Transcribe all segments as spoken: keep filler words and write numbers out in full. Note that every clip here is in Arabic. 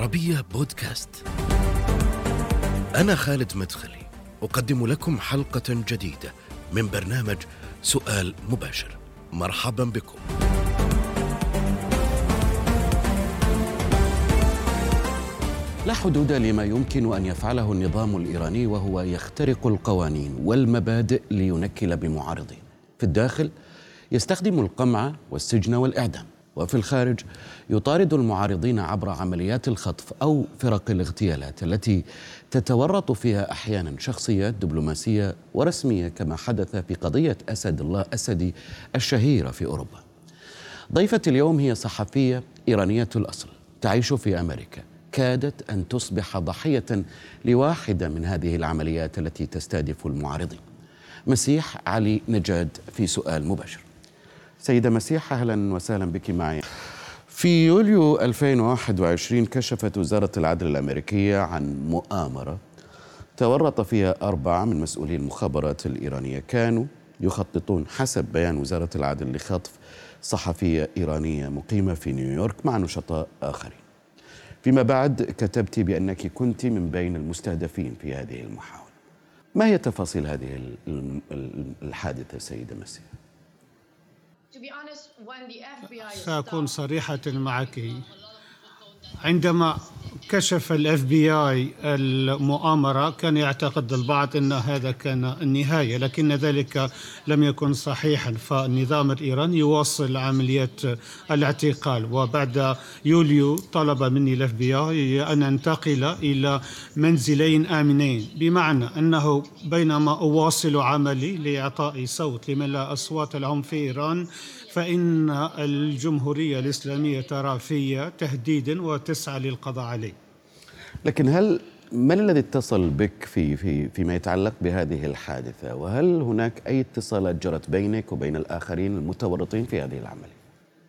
العربية بودكاست. أنا خالد مدخلي أقدم لكم حلقة جديدة من برنامج سؤال مباشر. مرحبا بكم. لا حدود لما يمكن أن يفعله النظام الإيراني، وهو يخترق القوانين والمبادئ لينكل بمعارضين. في الداخل يستخدم القمع والسجن والإعدام، وفي الخارج يطارد المعارضين عبر عمليات الخطف أو فرق الاغتيالات التي تتورط فيها أحيانا شخصيات دبلوماسية ورسمية، كما حدث في قضية أسد الله أسدي الشهيرة في أوروبا. ضيفة اليوم هي صحفية إيرانية الأصل تعيش في أمريكا، كادت أن تصبح ضحية لواحدة من هذه العمليات التي تستهدف المعارضين. مسيح علي نجاد في سؤال مباشر. سيدة مسيح، أهلا وسهلا بك معي. في يوليو ألفين وواحد وعشرين كشفت وزارة العدل الأمريكية عن مؤامرة تورط فيها أربعة من مسؤولي المخابرات الإيرانية، كانوا يخططون حسب بيان وزارة العدل لخطف صحفية إيرانية مقيمة في نيويورك مع نشطاء آخرين. فيما بعد كتبت بأنك كنت من بين المستهدفين في هذه المحاولة. ما هي تفاصيل هذه الحادثة سيدة مسيح؟ سأكون صريحة معك. عندما كشف الاف بي اي المؤامرة كان يعتقد البعض أن هذا كان النهاية، لكن ذلك لم يكن صحيحا، فالنظام الإيراني يواصل عمليات الاعتقال. وبعد يوليو طلب مني الاف بي اي أن أنتقل إلى منزلين آمنين، بمعنى أنه بينما أواصل عملي لإعطاء صوت لمن لا أصوات لهم في إيران، فإن الجمهورية الإسلامية ترى في تهديد وتسعى للقضاء عليه. لكن هل من الذي اتصل بك في في فيما يتعلق بهذه الحادثة؟ وهل هناك أي اتصالات جرت بينك وبين الآخرين المتورطين في هذه العملية؟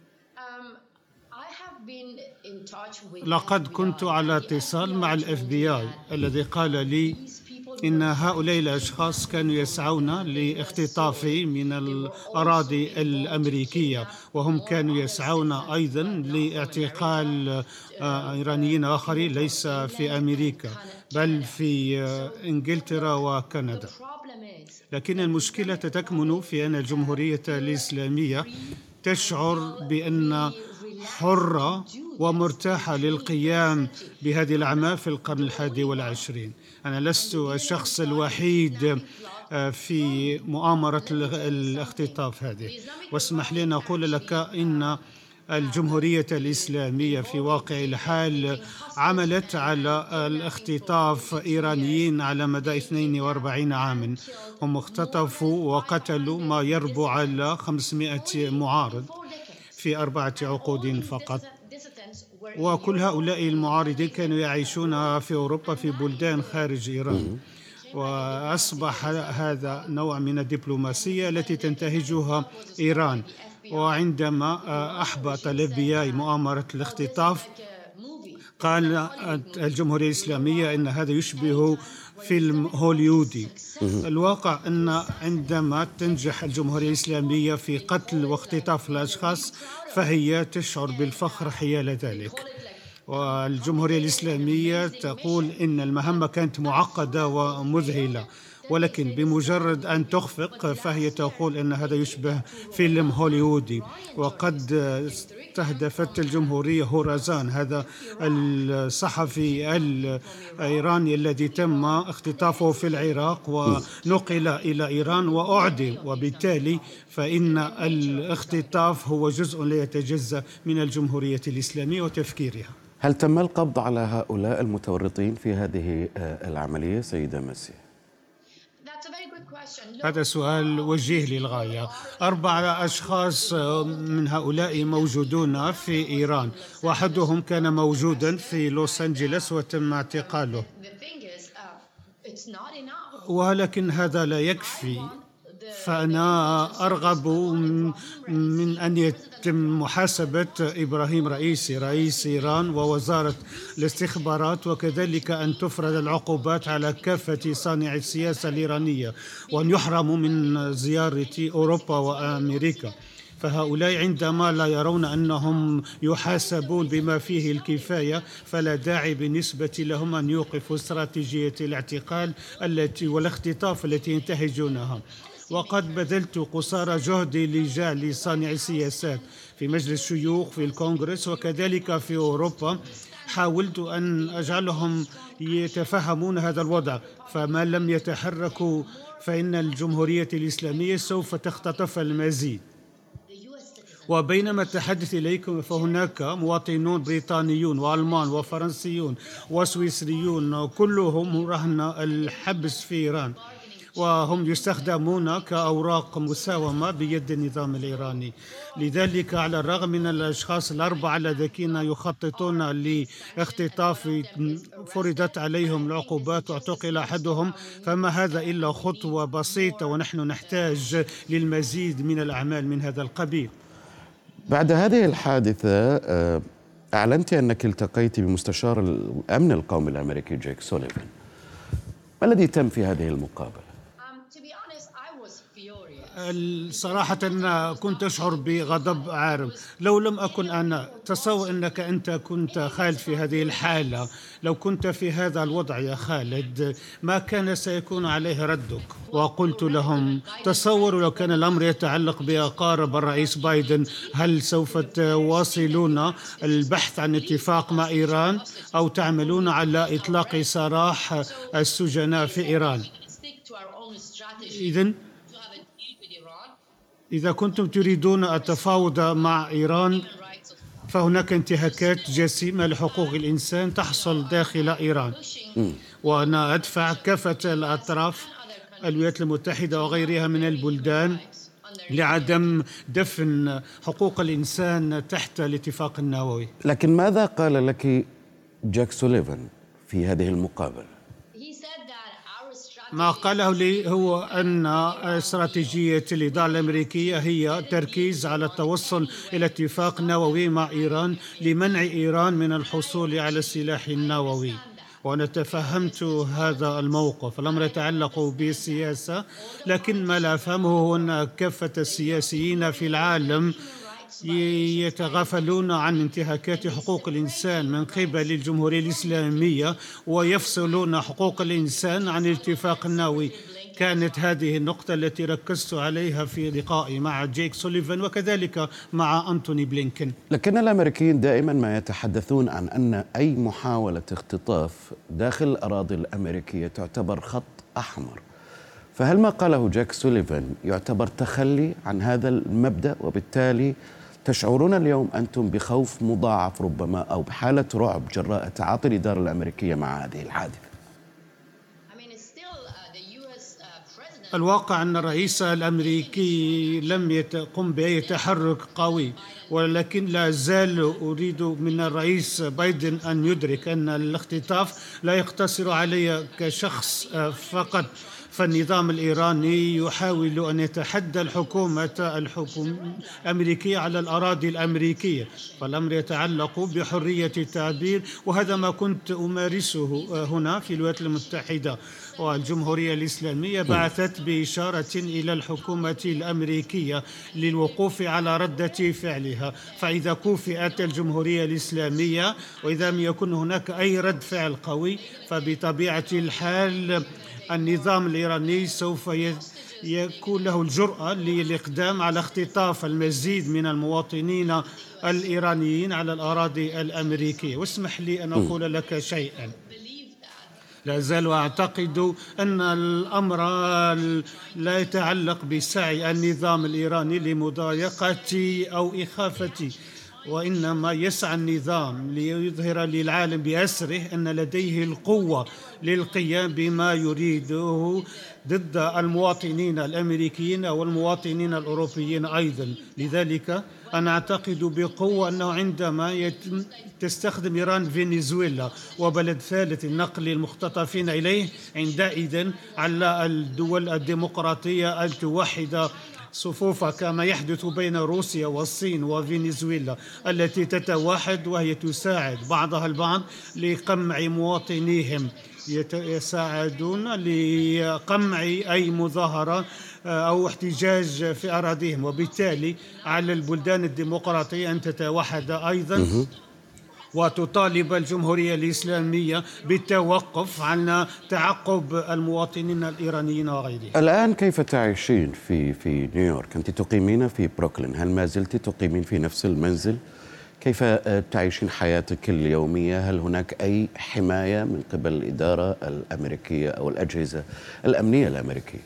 لقد كنت على اتصال مع الاف بي اي الذي قال لي إن هؤلاء الأشخاص كانوا يسعون لاختطافي من الأراضي الأمريكية، وهم كانوا يسعون أيضا لاعتقال إيرانيين آخرين ليس في أمريكا بل في إنجلترا وكندا. لكن المشكلة تكمن في أن الجمهورية الإسلامية تشعر بأن حرة ومرتاحة للقيام بهذه الأعمال في القرن الحادي والعشرين. أنا لست الشخص الوحيد في مؤامرة الاختطاف هذه، واسمح لي أن أقول لك إن الجمهورية الإسلامية في واقع الحال عملت على الاختطاف إيرانيين على مدى اثنين وأربعين عاما. هم اختطفوا وقتلوا ما يربو على خمسمائة معارض في أربعة عقود فقط، وكل هؤلاء المعارضين كانوا يعيشون في أوروبا في بلدان خارج إيران. وأصبح هذا نوع من الدبلوماسية التي تنتهجها إيران. وعندما أحبط الاف بي اي مؤامرة الاختطاف، قال الجمهورية الإسلامية إن هذا يشبه فيلم هوليودي. الواقع أن عندما تنجح الجمهورية الإسلامية في قتل واختطاف الأشخاص فهي تشعر بالفخر حيال ذلك. والجمهورية الإسلامية تقول إن المهمة كانت معقدة ومذهلة، ولكن بمجرد أن تخفق فهي تقول أن هذا يشبه فيلم هوليودي. وقد استهدفت الجمهورية هورازان، هذا الصحفي الإيراني الذي تم اختطافه في العراق ونقل إلى إيران وأعدم، وبالتالي فإن الاختطاف هو جزء لا يتجزأ من الجمهورية الإسلامية وتفكيرها. هل تم القبض على هؤلاء المتورطين في هذه العملية سيدة مسيح؟ هذا سؤال وجيه للغاية. أربعة أشخاص من هؤلاء موجودون في إيران، واحدهم كان موجودا في لوس أنجلس وتم اعتقاله، ولكن هذا لا يكفي. فأنا أرغب من أن يتم محاسبة إبراهيم رئيسي رئيس إيران ووزارة الاستخبارات، وكذلك أن تفرض العقوبات على كافة صانعي السياسة الإيرانية، وأن يحرموا من زيارة أوروبا وأمريكا. فهؤلاء عندما لا يرون أنهم يحاسبون بما فيه الكفاية فلا داعي بالنسبة لهم أن يوقفوا استراتيجية الاعتقال التي والاختطاف التي ينتهجونها. وقد بذلت قصارى جهدي لجعل صانع السياسات في مجلس الشيوخ في الكونغرس وكذلك في أوروبا، حاولت أن أجعلهم يتفهمون هذا الوضع، فما لم يتحركوا فإن الجمهورية الإسلامية سوف تختطف المزيد. وبينما أتحدث إليكم فهناك مواطنون بريطانيون وألمان وفرنسيون وسويسريون كلهم رهن الحبس في إيران، وهم يستخدمون كأوراق مساومة بيد النظام الإيراني. لذلك على الرغم من الأشخاص الأربعة الذين يخططون لاختطاف فرضت عليهم العقوبات واعتقل أحدهم، فما هذا إلا خطوة بسيطة، ونحن نحتاج للمزيد من الأعمال من هذا القبيل. بعد هذه الحادثة أعلنت أنك التقيت بمستشار الأمن القومي الأمريكي جيك سوليفان. ما الذي تم في هذه المقابلة؟ صراحة أنا كنت أشعر بغضب عارم. لو لم أكن أنا، تصور أنك أنت كنت خالد في هذه الحالة، لو كنت في هذا الوضع يا خالد ما كان سيكون عليه ردك. وقلت لهم تصوروا لو كان الأمر يتعلق بأقارب الرئيس بايدن، هل سوف تواصلون البحث عن اتفاق مع إيران أو تعملون على إطلاق سراح السجناء في إيران؟ إذن إذا كنتم تريدون التفاوض مع إيران فهناك انتهاكات جسيمة لحقوق الإنسان تحصل داخل إيران، وأنا أدفع كافة الأطراف الولايات المتحدة وغيرها من البلدان لعدم دفن حقوق الإنسان تحت الاتفاق النووي. لكن ماذا قال لك جاك سوليفان في هذه المقابلة؟ ما قاله لي هو أن استراتيجية الإدارة الأمريكية هي تركيز على التوصل إلى اتفاق نووي مع إيران لمنع إيران من الحصول على السلاح النووي. وأنا تفهمت هذا الموقف. الأمر يتعلق بالسياسة، لكن ما لا أفهمه هو أن كافة السياسيين في العالم يتغافلون عن انتهاكات حقوق الإنسان من قبل الجمهورية الإسلامية ويفصلون حقوق الإنسان عن الاتفاق النووي. كانت هذه النقطة التي ركزت عليها في لقائي مع جيك سوليفان وكذلك مع أنتوني بلينكن. لكن الأمريكيين دائما ما يتحدثون عن أن أي محاولة اختطاف داخل الأراضي الأمريكية تعتبر خط أحمر، فهل ما قاله جاك سوليفان يعتبر تخلي عن هذا المبدأ، وبالتالي تشعرون اليوم أنتم بخوف مضاعف ربما أو بحالة رعب جراء تعاطي الإدارة الأمريكية مع هذه الحادثة؟ الواقع أن الرئيس الأمريكي لم يقم بأي تحرك قوي، ولكن لا زال أريد من الرئيس بايدن أن يدرك أن الاختطاف لا يقتصر علي كشخص فقط، فالنظام الإيراني يحاول أن يتحدى الحكومة الأمريكية على الأراضي الأمريكية، فالأمر يتعلق بحرية التعبير، وهذا ما كنت أمارسه هنا في الولايات المتحدة. والجمهورية الإسلامية بعثت بإشارة إلى الحكومة الأمريكية للوقوف على ردة فعلها، فإذا كوفئت الجمهورية الإسلامية وإذا لم يكن هناك أي رد فعل قوي فبطبيعة الحال النظام الإيراني سوف يكون له الجرأة للإقدام على اختطاف المزيد من المواطنين الإيرانيين على الأراضي الأمريكية. واسمح لي أن أقول لك شيئا، لا زال أعتقد أن الأمر لا يتعلق بسعي النظام الإيراني لمضايقتي أو إخافتي، وإنما يسعى النظام ليظهر للعالم بأسره أن لديه القوة للقيام بما يريده ضد المواطنين الأمريكيين والمواطنين الأوروبيين أيضا. لذلك أنا أعتقد بقوة أنه عندما تستخدم إيران فنزويلا وبلد ثالث نقل المختطفين إليه، عندئذ على الدول الديمقراطية أن توحد صفوفها كما يحدث بين روسيا والصين وفنزويلا التي تتوحد وهي تساعد بعضها البعض لقمع مواطنيهم. يساعدون لقمع أي مظاهرة أو احتجاج في أراضيهم، وبالتالي على البلدان الديمقراطية أن تتوحد أيضا وتطالب الجمهورية الإسلامية بالتوقف عن تعقب المواطنين الإيرانيين وغيرهم. الآن كيف تعيشين في في نيويورك؟ أنت تقيمين في بروكلين، هل ما زلت تقيمين في نفس المنزل؟ كيف تعيشين حياتك اليومية؟ هل هناك أي حماية من قبل الإدارة الأمريكية أو الأجهزة الأمنية الأمريكية؟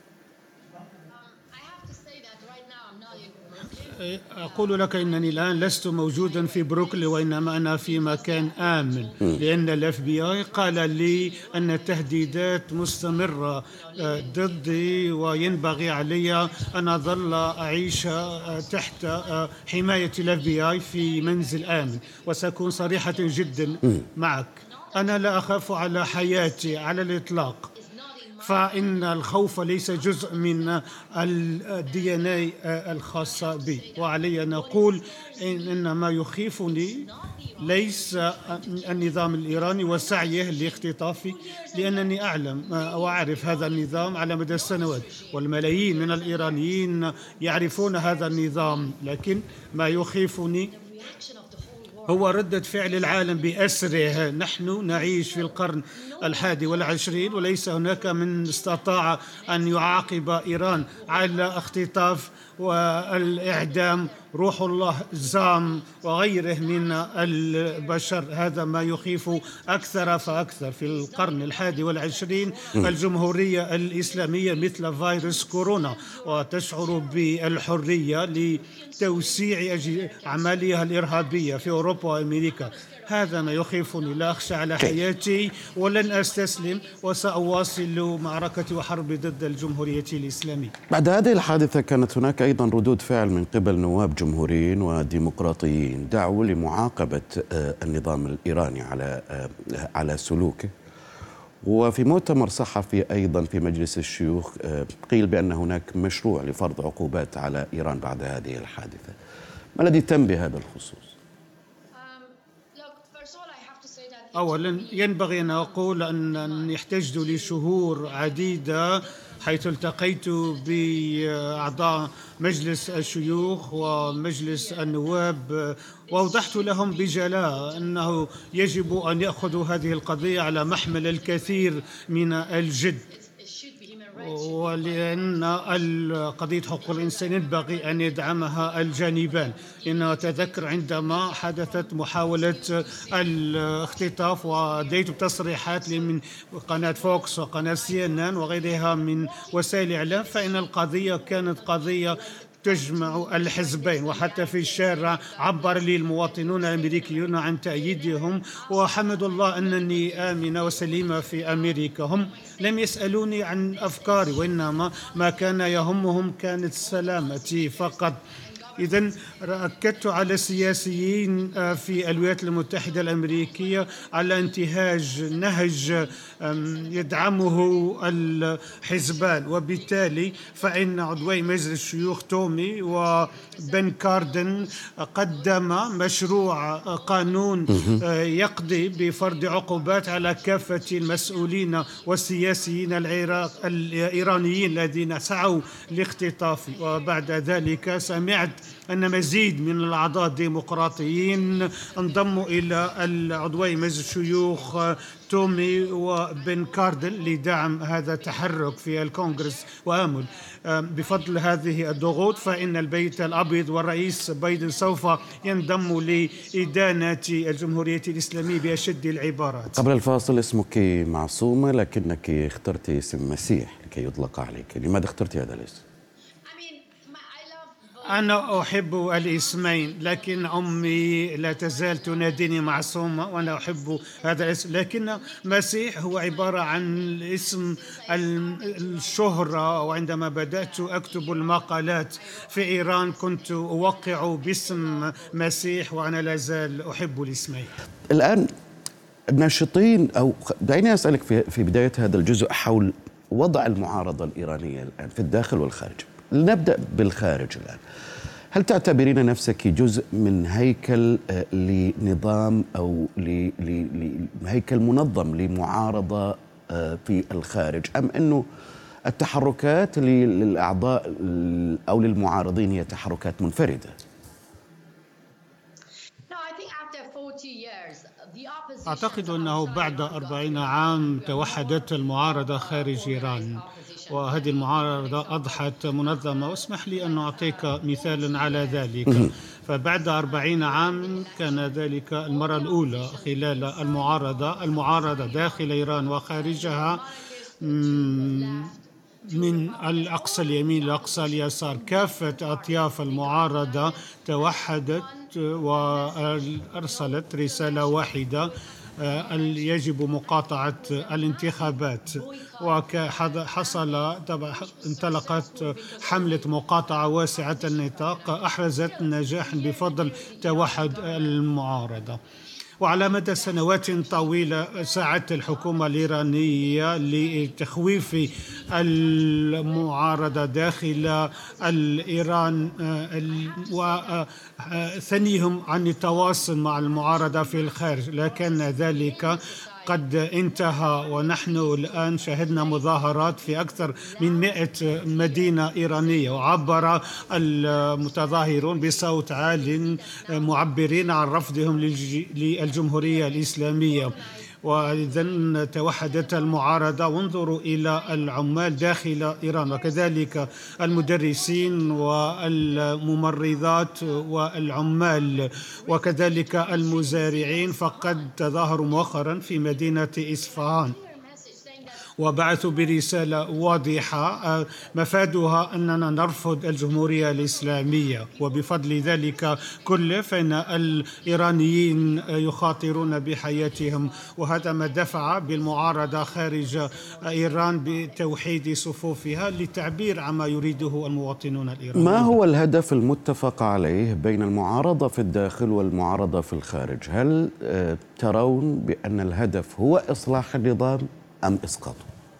أقول لك إنني الآن لست موجودا في بروكلين، وإنما أنا في مكان آمن، لأن الاف بي اي قال لي أن التهديدات مستمرة ضدي، وينبغي علي أن أظل أعيش تحت حماية الاف بي اي في منزل آمن. وسأكون صريحة جدا معك، أنا لا أخاف على حياتي على الإطلاق، فإن الخوف ليس جزء من الدي ان اي الخاصة بي، وعلي أن أقول إن ما يخيفني ليس النظام الإيراني وسعيه لاختطافي، لأنني أعلم وأعرف هذا النظام على مدى السنوات، والملايين من الإيرانيين يعرفون هذا النظام. لكن ما يخيفني هو ردة فعل العالم بأسره. نحن نعيش في القرن الحادي والعشرين، وليس هناك من استطاع أن يعاقب إيران على اختطاف والإعدام روح الله زام وغيره من البشر. هذا ما يخيف أكثر فأكثر. في القرن الحادي والعشرين الجمهورية الإسلامية مثل فيروس كورونا، وتشعر بالحرية لتوسيع أعمالها الإرهابية في أوروبا وأمريكا. هذا ما يخيفني. لا أخشى على حياتي ولن أستسلم، وسأواصل معركتي وحربي ضد الجمهورية الإسلامية. بعد هذه الحادثة كانت هناك أيضا ردود فعل من قبل نواب جمهوريين وديمقراطيين دعوا لمعاقبة النظام الإيراني على على سلوكه. وفي مؤتمر صحفي أيضا في مجلس الشيوخ قيل بأن هناك مشروع لفرض عقوبات على إيران بعد هذه الحادثة. ما الذي تم بهذا الخصوص؟ أولا ينبغي أن أقول أن احتجت لشهور عديدة حيث التقيت بأعضاء مجلس الشيوخ ومجلس النواب، وأوضحت لهم بجلاء أنه يجب أن يأخذوا هذه القضية على محمل الكثير من الجد، ولأن قضية حقوق الإنسان ينبغي أن يدعمها الجانبان. إن تذكر عندما حدثت محاولة الاختطاف وديت بتصريحات من قناة فوكس وقناة سي ان ان وغيرها من وسائل الإعلام، فإن القضية كانت قضية تجمع الحزبين، وحتى في الشارع عبر لي المواطنون الأمريكيون عن تأييدهم، وحمد الله أنني آمنة وسليمة في أمريكا. هم لم يسألوني عن أفكاري، وإنما ما كان يهمهم كانت سلامتي فقط. إذن ركزت على السياسيين في الولايات المتحدة الأمريكية على انتهاج نهج يدعمه الحزبان، وبالتالي فإن عضوي مجلس الشيوخ تومي وبن كاردن قدم مشروع قانون يقضي بفرض عقوبات على كافة المسؤولين والسياسيين الإيرانيين الذين سعوا لاختطافي. وبعد ذلك سمعت أن مزيد من الأعضاء الديمقراطيين انضموا إلى العضوي مجلس الشيوخ تومي وبن كاردن لدعم هذا التحرك في الكونغرس. وآمل بفضل هذه الضغوط فإن البيت الأبيض والرئيس بايدن سوف ينضم لإدانة الجمهورية الإسلامية بأشد العبارات. قبل الفاصل اسمك معصومة لكنك اخترت اسم مسيح لكي يطلق عليك، لماذا اخترت هذا الاسم؟ أنا أحب الاسمين، لكن أمي لا تزال تناديني معصومة وأنا أحب هذا الاسم، لكن مسيح هو عبارة عن اسم الشهرة. وعندما بدأت أكتب المقالات في إيران كنت أوقع باسم مسيح، وأنا لا زال أحب الاسمين. الآن ناشطين أو دعيني أسألك في في بداية هذا الجزء حول وضع المعارضة الإيرانية الآن في الداخل والخارج. لنبدأ بالخارج الآن. هل تعتبرين نفسك جزء من هيكل لنظام أو لهيكل منظم لمعارضة في الخارج، أم أنه التحركات للأعضاء أو للمعارضين هي تحركات منفردة؟ أعتقد أنه بعد أربعين عام توحدت المعارضة خارج إيران، وهذه المعارضة أضحت منظمة. واسمح لي أن أعطيك مثالا على ذلك. فبعد أربعين عام كان ذلك المرة الأولى خلال المعارضة المعارضة داخل إيران وخارجها، من الأقصى اليمين لأقصى اليسار، كافة أطياف المعارضة توحدت وأرسلت رسالة واحدة: يجب مقاطعة الانتخابات. وحصل انطلقت حملة مقاطعة واسعة النطاق أحرزت نجاحا بفضل توحد المعارضة. وعلى مدى سنوات طويلة سعت الحكومة الإيرانية لتخويف المعارضة داخل الإيران وثنيهم عن التواصل مع المعارضة في الخارج، لكن ذلك قد انتهى. ونحن الآن شهدنا مظاهرات في أكثر من مئة مدينة إيرانية، وعبر المتظاهرون بصوت عال معبرين عن رفضهم للجمهورية الإسلامية. وإذن توحدت المعارضة. وانظروا إلى العمال داخل إيران، وكذلك المدرسين والممرضات والعمال، وكذلك المزارعين، فقد تظاهروا مؤخرا في مدينة إصفهان وبعثوا برسالة واضحة مفادها أننا نرفض الجمهورية الإسلامية. وبفضل ذلك كله فإن الإيرانيين يخاطرون بحياتهم، وهذا ما دفع بالمعارضة خارج إيران بتوحيد صفوفها للتعبير عما يريده المواطنون الإيرانيين. ما هو الهدف المتفق عليه بين المعارضة في الداخل والمعارضة في الخارج؟ هل ترون بأن الهدف هو إصلاح النظام أم إسقاطه؟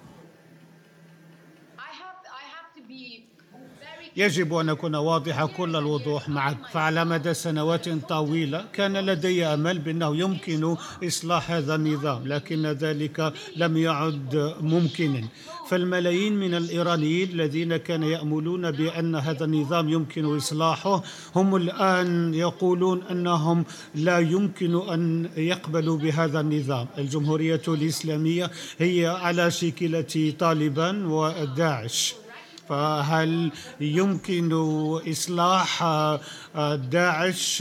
يجب أن أكون واضحة كل الوضوح معك. فعلى مدى سنوات طويلة كان لدي أمل بأنه يمكن إصلاح هذا النظام، لكن ذلك لم يعد ممكنا. فالملايين من الإيرانيين الذين كانوا يأملون بأن هذا النظام يمكن إصلاحه هم الآن يقولون أنهم لا يمكن أن يقبلوا بهذا النظام. الجمهورية الإسلامية هي على شكلة طالبان وداعش، فهل يمكن إصلاح داعش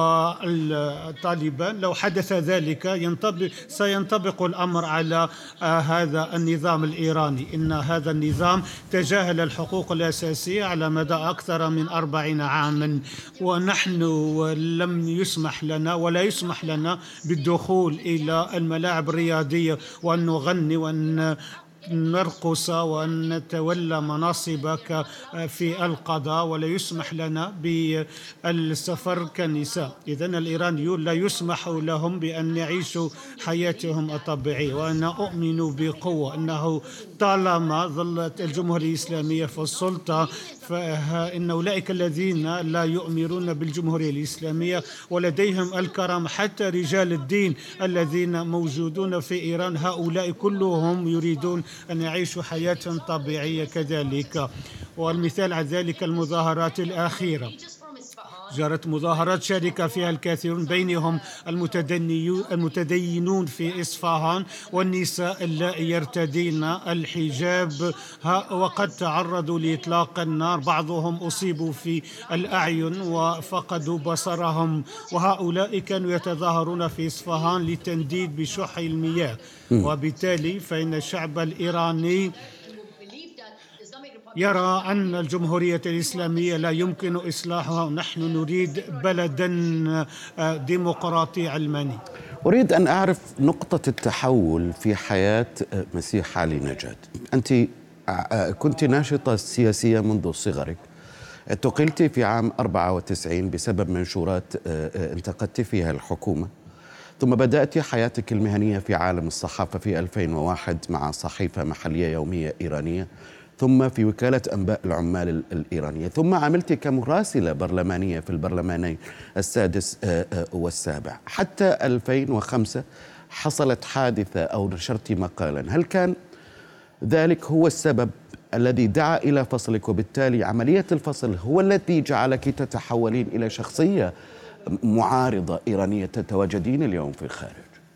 والطالبان؟ لو حدث ذلك ينطبق سينطبق الأمر على هذا النظام الإيراني. إن هذا النظام تجاهل الحقوق الأساسية على مدى أكثر من أربعين عاما، ونحن لم يسمح لنا ولا يسمح لنا بالدخول إلى الملاعب الرياضية وأن نغني وأن نرقص وأن نتولى مناصبك في القضاء، ولا يسمح لنا بالسفر كنساء. إذن الإيرانيون لا يسمح لهم بأن يعيشوا حياتهم الطبيعية. وأنا أؤمن بقوة أنه طالما ظلت الجمهورية الإسلامية في السلطة فإن أولئك الذين لا يؤمنون بالجمهورية الإسلامية ولديهم الكرامة، حتى رجال الدين الذين موجودون في إيران، هؤلاء كلهم يريدون أن يعيشوا حياة طبيعية كذلك. والمثال على ذلك المظاهرات الأخيرة، جرت مظاهرات شارك فيها الكثيرون، بينهم المتدينون في إصفهان والنساء اللائي يرتدين الحجاب، وقد تعرضوا لإطلاق النار. بعضهم أصيبوا في الأعين وفقدوا بصرهم، وهؤلاء كانوا يتظاهرون في إصفهان لتنديد بشح المياه. وبالتالي فإن الشعب الإيراني يرى أن الجمهورية الإسلامية لا يمكن إصلاحها. نحن نريد بلدا ديمقراطي علماني. أريد أن أعرف نقطة التحول في حياة مسيح علي نجاد. أنت كنت ناشطة سياسية منذ صغرك، اعتقلت في عام أربعة وتسعين بسبب منشورات انتقدت فيها الحكومة، ثم بدأت حياتك المهنية في عالم الصحافة في ألفين وواحد مع صحيفة محلية يومية إيرانية، ثم في وكالة أنباء العمال الإيرانية، ثم عملت كمراسلة برلمانية في البرلمانين السادس والسابع. حتى ألفين وخمسة حصلت حادثة أو نشرت مقالا. هل كان ذلك هو السبب الذي دعا إلى فصلك، وبالتالي عملية الفصل هو الذي جعلك تتحولين إلى شخصية معارضة إيرانية تتواجدين اليوم في الخارج؟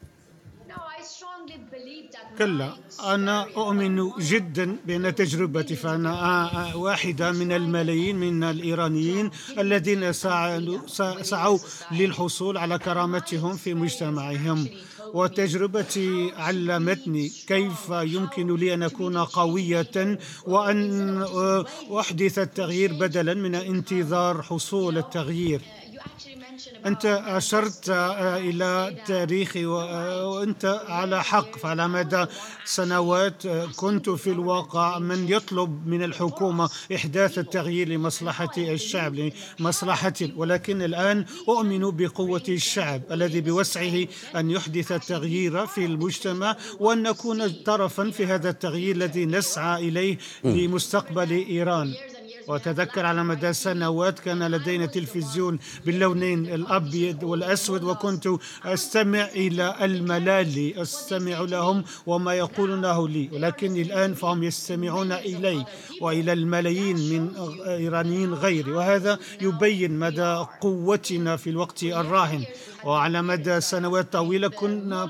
كلا، أنا أؤمن جدا بأن تجربتي، فأنا واحدة من الملايين من الإيرانيين الذين سعوا للحصول على كرامتهم في مجتمعهم، وتجربتي علمتني كيف يمكن لي أن أكون قوية وأن أحدث التغيير بدلا من انتظار حصول التغيير. أنت أشرت إلى تاريخي وأنت على حق، فعلى مدى سنوات كنت في الواقع من يطلب من الحكومة إحداث التغيير لمصلحة الشعب، لمصلحة، ولكن الآن أؤمن بقوة الشعب الذي بوسعه أن يحدث التغيير في المجتمع، وأن نكون طرفا في هذا التغيير الذي نسعى إليه لمستقبل إيران. وتذكر على مدى سنوات كان لدينا تلفزيون باللونين الأبيض والأسود، وكنت أستمع إلى الملالي، أستمع لهم وما يقولونه لي، ولكن الآن فهم يستمعون إلي وإلى الملايين من إيرانيين غيري، وهذا يبين مدى قوتنا في الوقت الراهن. وعلى مدى سنوات طويلة كنا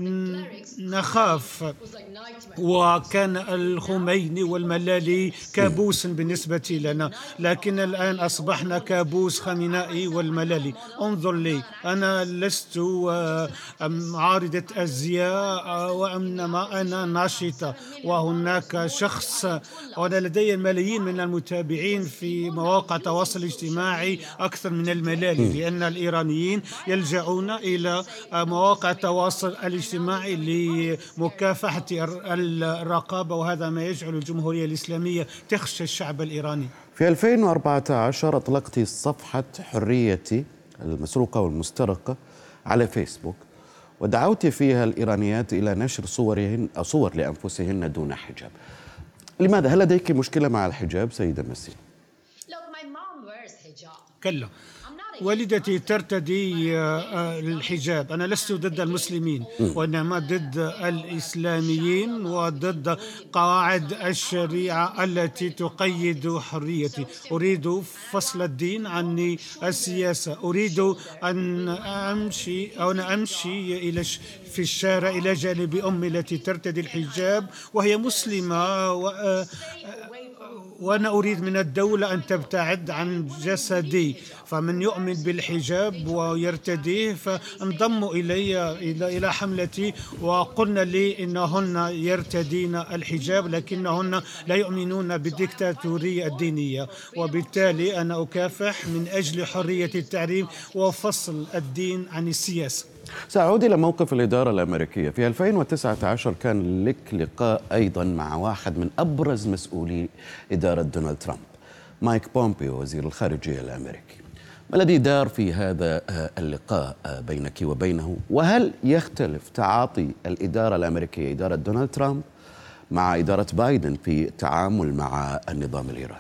نخاف، وكان الخميني والملالي كابوس بالنسبة لنا، لكن الآن أصبحنا كابوس خامنئي والملالي. انظر لي، أنا لست عارضة أزياء، وإنما أنا ناشطة، وهناك شخص، وأنا لدي الملايين من المتابعين في مواقع التواصل الاجتماعي أكثر من الملالي، لأن الإيرانيين يلجأون إلى مواقع التواصل الاجتماعي لمكافحة الرقابة، وهذا ما يجعل الجمهورية الإسلامية تخشى الشعب الإيراني. في ألفين وأربعة عشر أطلقت صفحة حريتي المسروقة والمسترقة على فيسبوك، ودعوت فيها الإيرانيات إلى نشر صورهن أو صور لأنفسهن دون حجاب. لماذا؟ هل لديك مشكلة مع الحجاب سيدة مسين؟ كلا، والدتي ترتدي الحجاب. أنا لست ضد المسلمين، وإنما ضد الإسلاميين وضد قواعد الشريعة التي تقيد حريتي. أريد فصل الدين عن السياسة. أريد أن أمشي أو أن أمشي إلى في الشارع إلى جانب أمي التي ترتدي الحجاب وهي مسلمة، و وأنا أريد من الدولة أن تبتعد عن جسدي. فمن يؤمن بالحجاب ويرتديه فانضموا إلي إلى إلى حملتي، وقلنا لي إنهن يرتدين الحجاب لكنهن لا يؤمنون بالديكتاتورية الدينية، وبالتالي أنا أكافح من أجل حرية التعليم وفصل الدين عن السياسة. سأعود إلى موقف الإدارة الأمريكية. في ألفين وتسعة عشر كان لك لقاء أيضا مع واحد من أبرز مسؤولي إدارة دونالد ترامب، مايك بومبيو وزير الخارجية الأمريكي. ما الذي دار في هذا اللقاء بينك وبينه؟ وهل يختلف تعاطي الإدارة الأمريكية إدارة دونالد ترامب مع إدارة بايدن في التعامل مع النظام الإيراني؟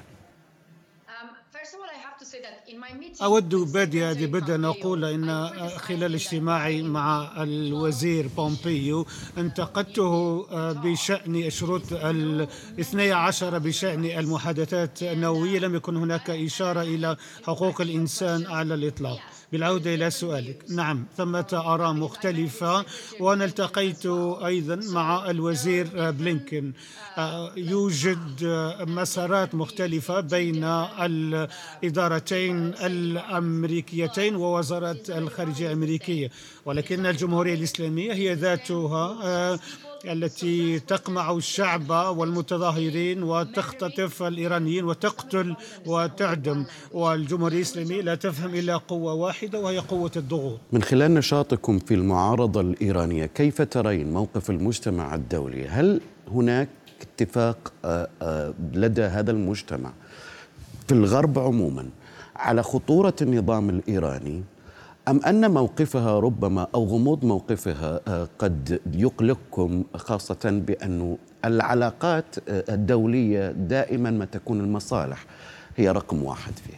أود بادئ بدءا أن أقول إن خلال اجتماعي مع الوزير بومبيو انتقدته بشأن الشروط الاثني عشر بشأن المحادثات النووية. لم يكن هناك إشارة إلى حقوق الإنسان على الإطلاق. بالعودة إلى سؤالك، نعم ثمة آراء مختلفة، وأنا التقيت أيضا مع الوزير بلينكن. يوجد مسارات مختلفة بين الإدارتين الأمريكيتين ووزارة الخارجية الأمريكية، ولكن الجمهورية الإسلامية هي ذاتها التي تقمع الشعب والمتظاهرين وتختطف الإيرانيين وتقتل وتعدم، والجمهورية الإسلامية لا تفهم إلا قوة واحدة وهي قوة الضغوط. من خلال نشاطكم في المعارضة الإيرانية، كيف ترين موقف المجتمع الدولي؟ هل هناك اتفاق لدى هذا المجتمع في الغرب عموما على خطورة النظام الإيراني أم أن موقفها ربما أو غموض موقفها قد يقلقكم، خاصة بأن العلاقات الدولية دائما ما تكون المصالح هي رقم واحد فيها؟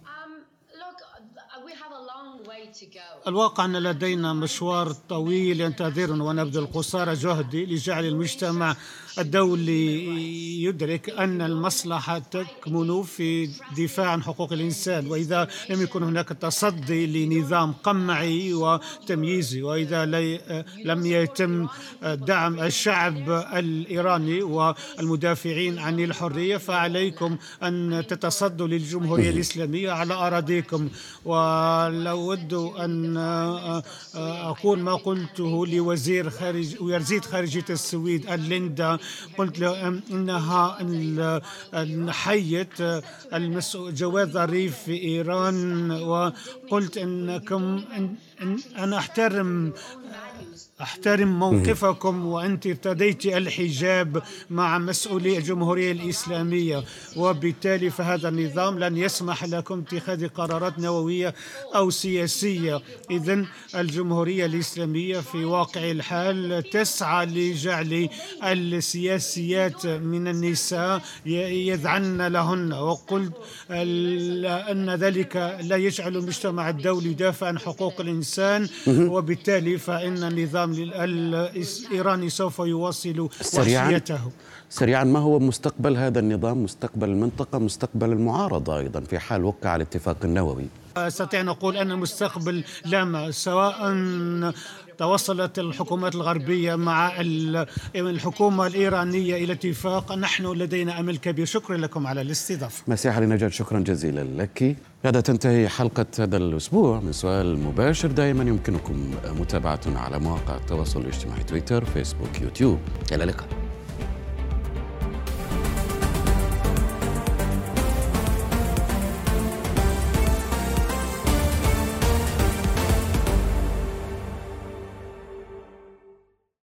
الواقع أن لدينا مشوار طويل ينتظرنا، ونبذل قصارى جهدي لجعل المجتمع الدولي يدرك أن المصلحة تكمن في دفاع عن حقوق الإنسان. وإذا لم يكن هناك تصدي لنظام قمعي وتمييزي، وإذا لم يتم دعم الشعب الإيراني والمدافعين عن الحرية، فعليكم أن تتصدوا للجمهورية الإسلامية على أراضيكم. ولو ود أن أقول ما قلته لوزير خارج وزير خارجية السويد الليندا، قلت له إنها نحيت جواز ظريف في إيران، وقلت إنكم أنا أحترم أحترم موقفكم، وأنت ارتديت الحجاب مع مسؤولي الجمهورية الإسلامية، وبالتالي فهذا النظام لن يسمح لكم اتخاذ قرارات نووية أو سياسية. إذن الجمهورية الإسلامية في واقع الحال تسعى لجعل السياسيات من النساء يذعن لهن، وقلت أن ذلك لا يجعل المجتمع الدولي يدافع عن حقوق الإنسان، وبالتالي فإن النظام الإيراني سوف يواصل وحشيته. سريعا، ما هو مستقبل هذا النظام، مستقبل المنطقة، مستقبل المعارضة أيضا في حال وقع على الاتفاق النووي؟ أستطيع أن أقول أن المستقبل لامع، سواء توصلت الحكومات الغربية مع الحكومة الإيرانية إلى اتفاق، نحن لدينا أمل كبير. شكرا لكم على الاستضافة. مسيح علي نجاد، شكرا جزيلا لك. بهذا تنتهي حلقة هذا الأسبوع من سؤال مباشر. دائما يمكنكم متابعتنا على مواقع التواصل الاجتماعي تويتر، فيسبوك، يوتيوب. إلى اللقاء.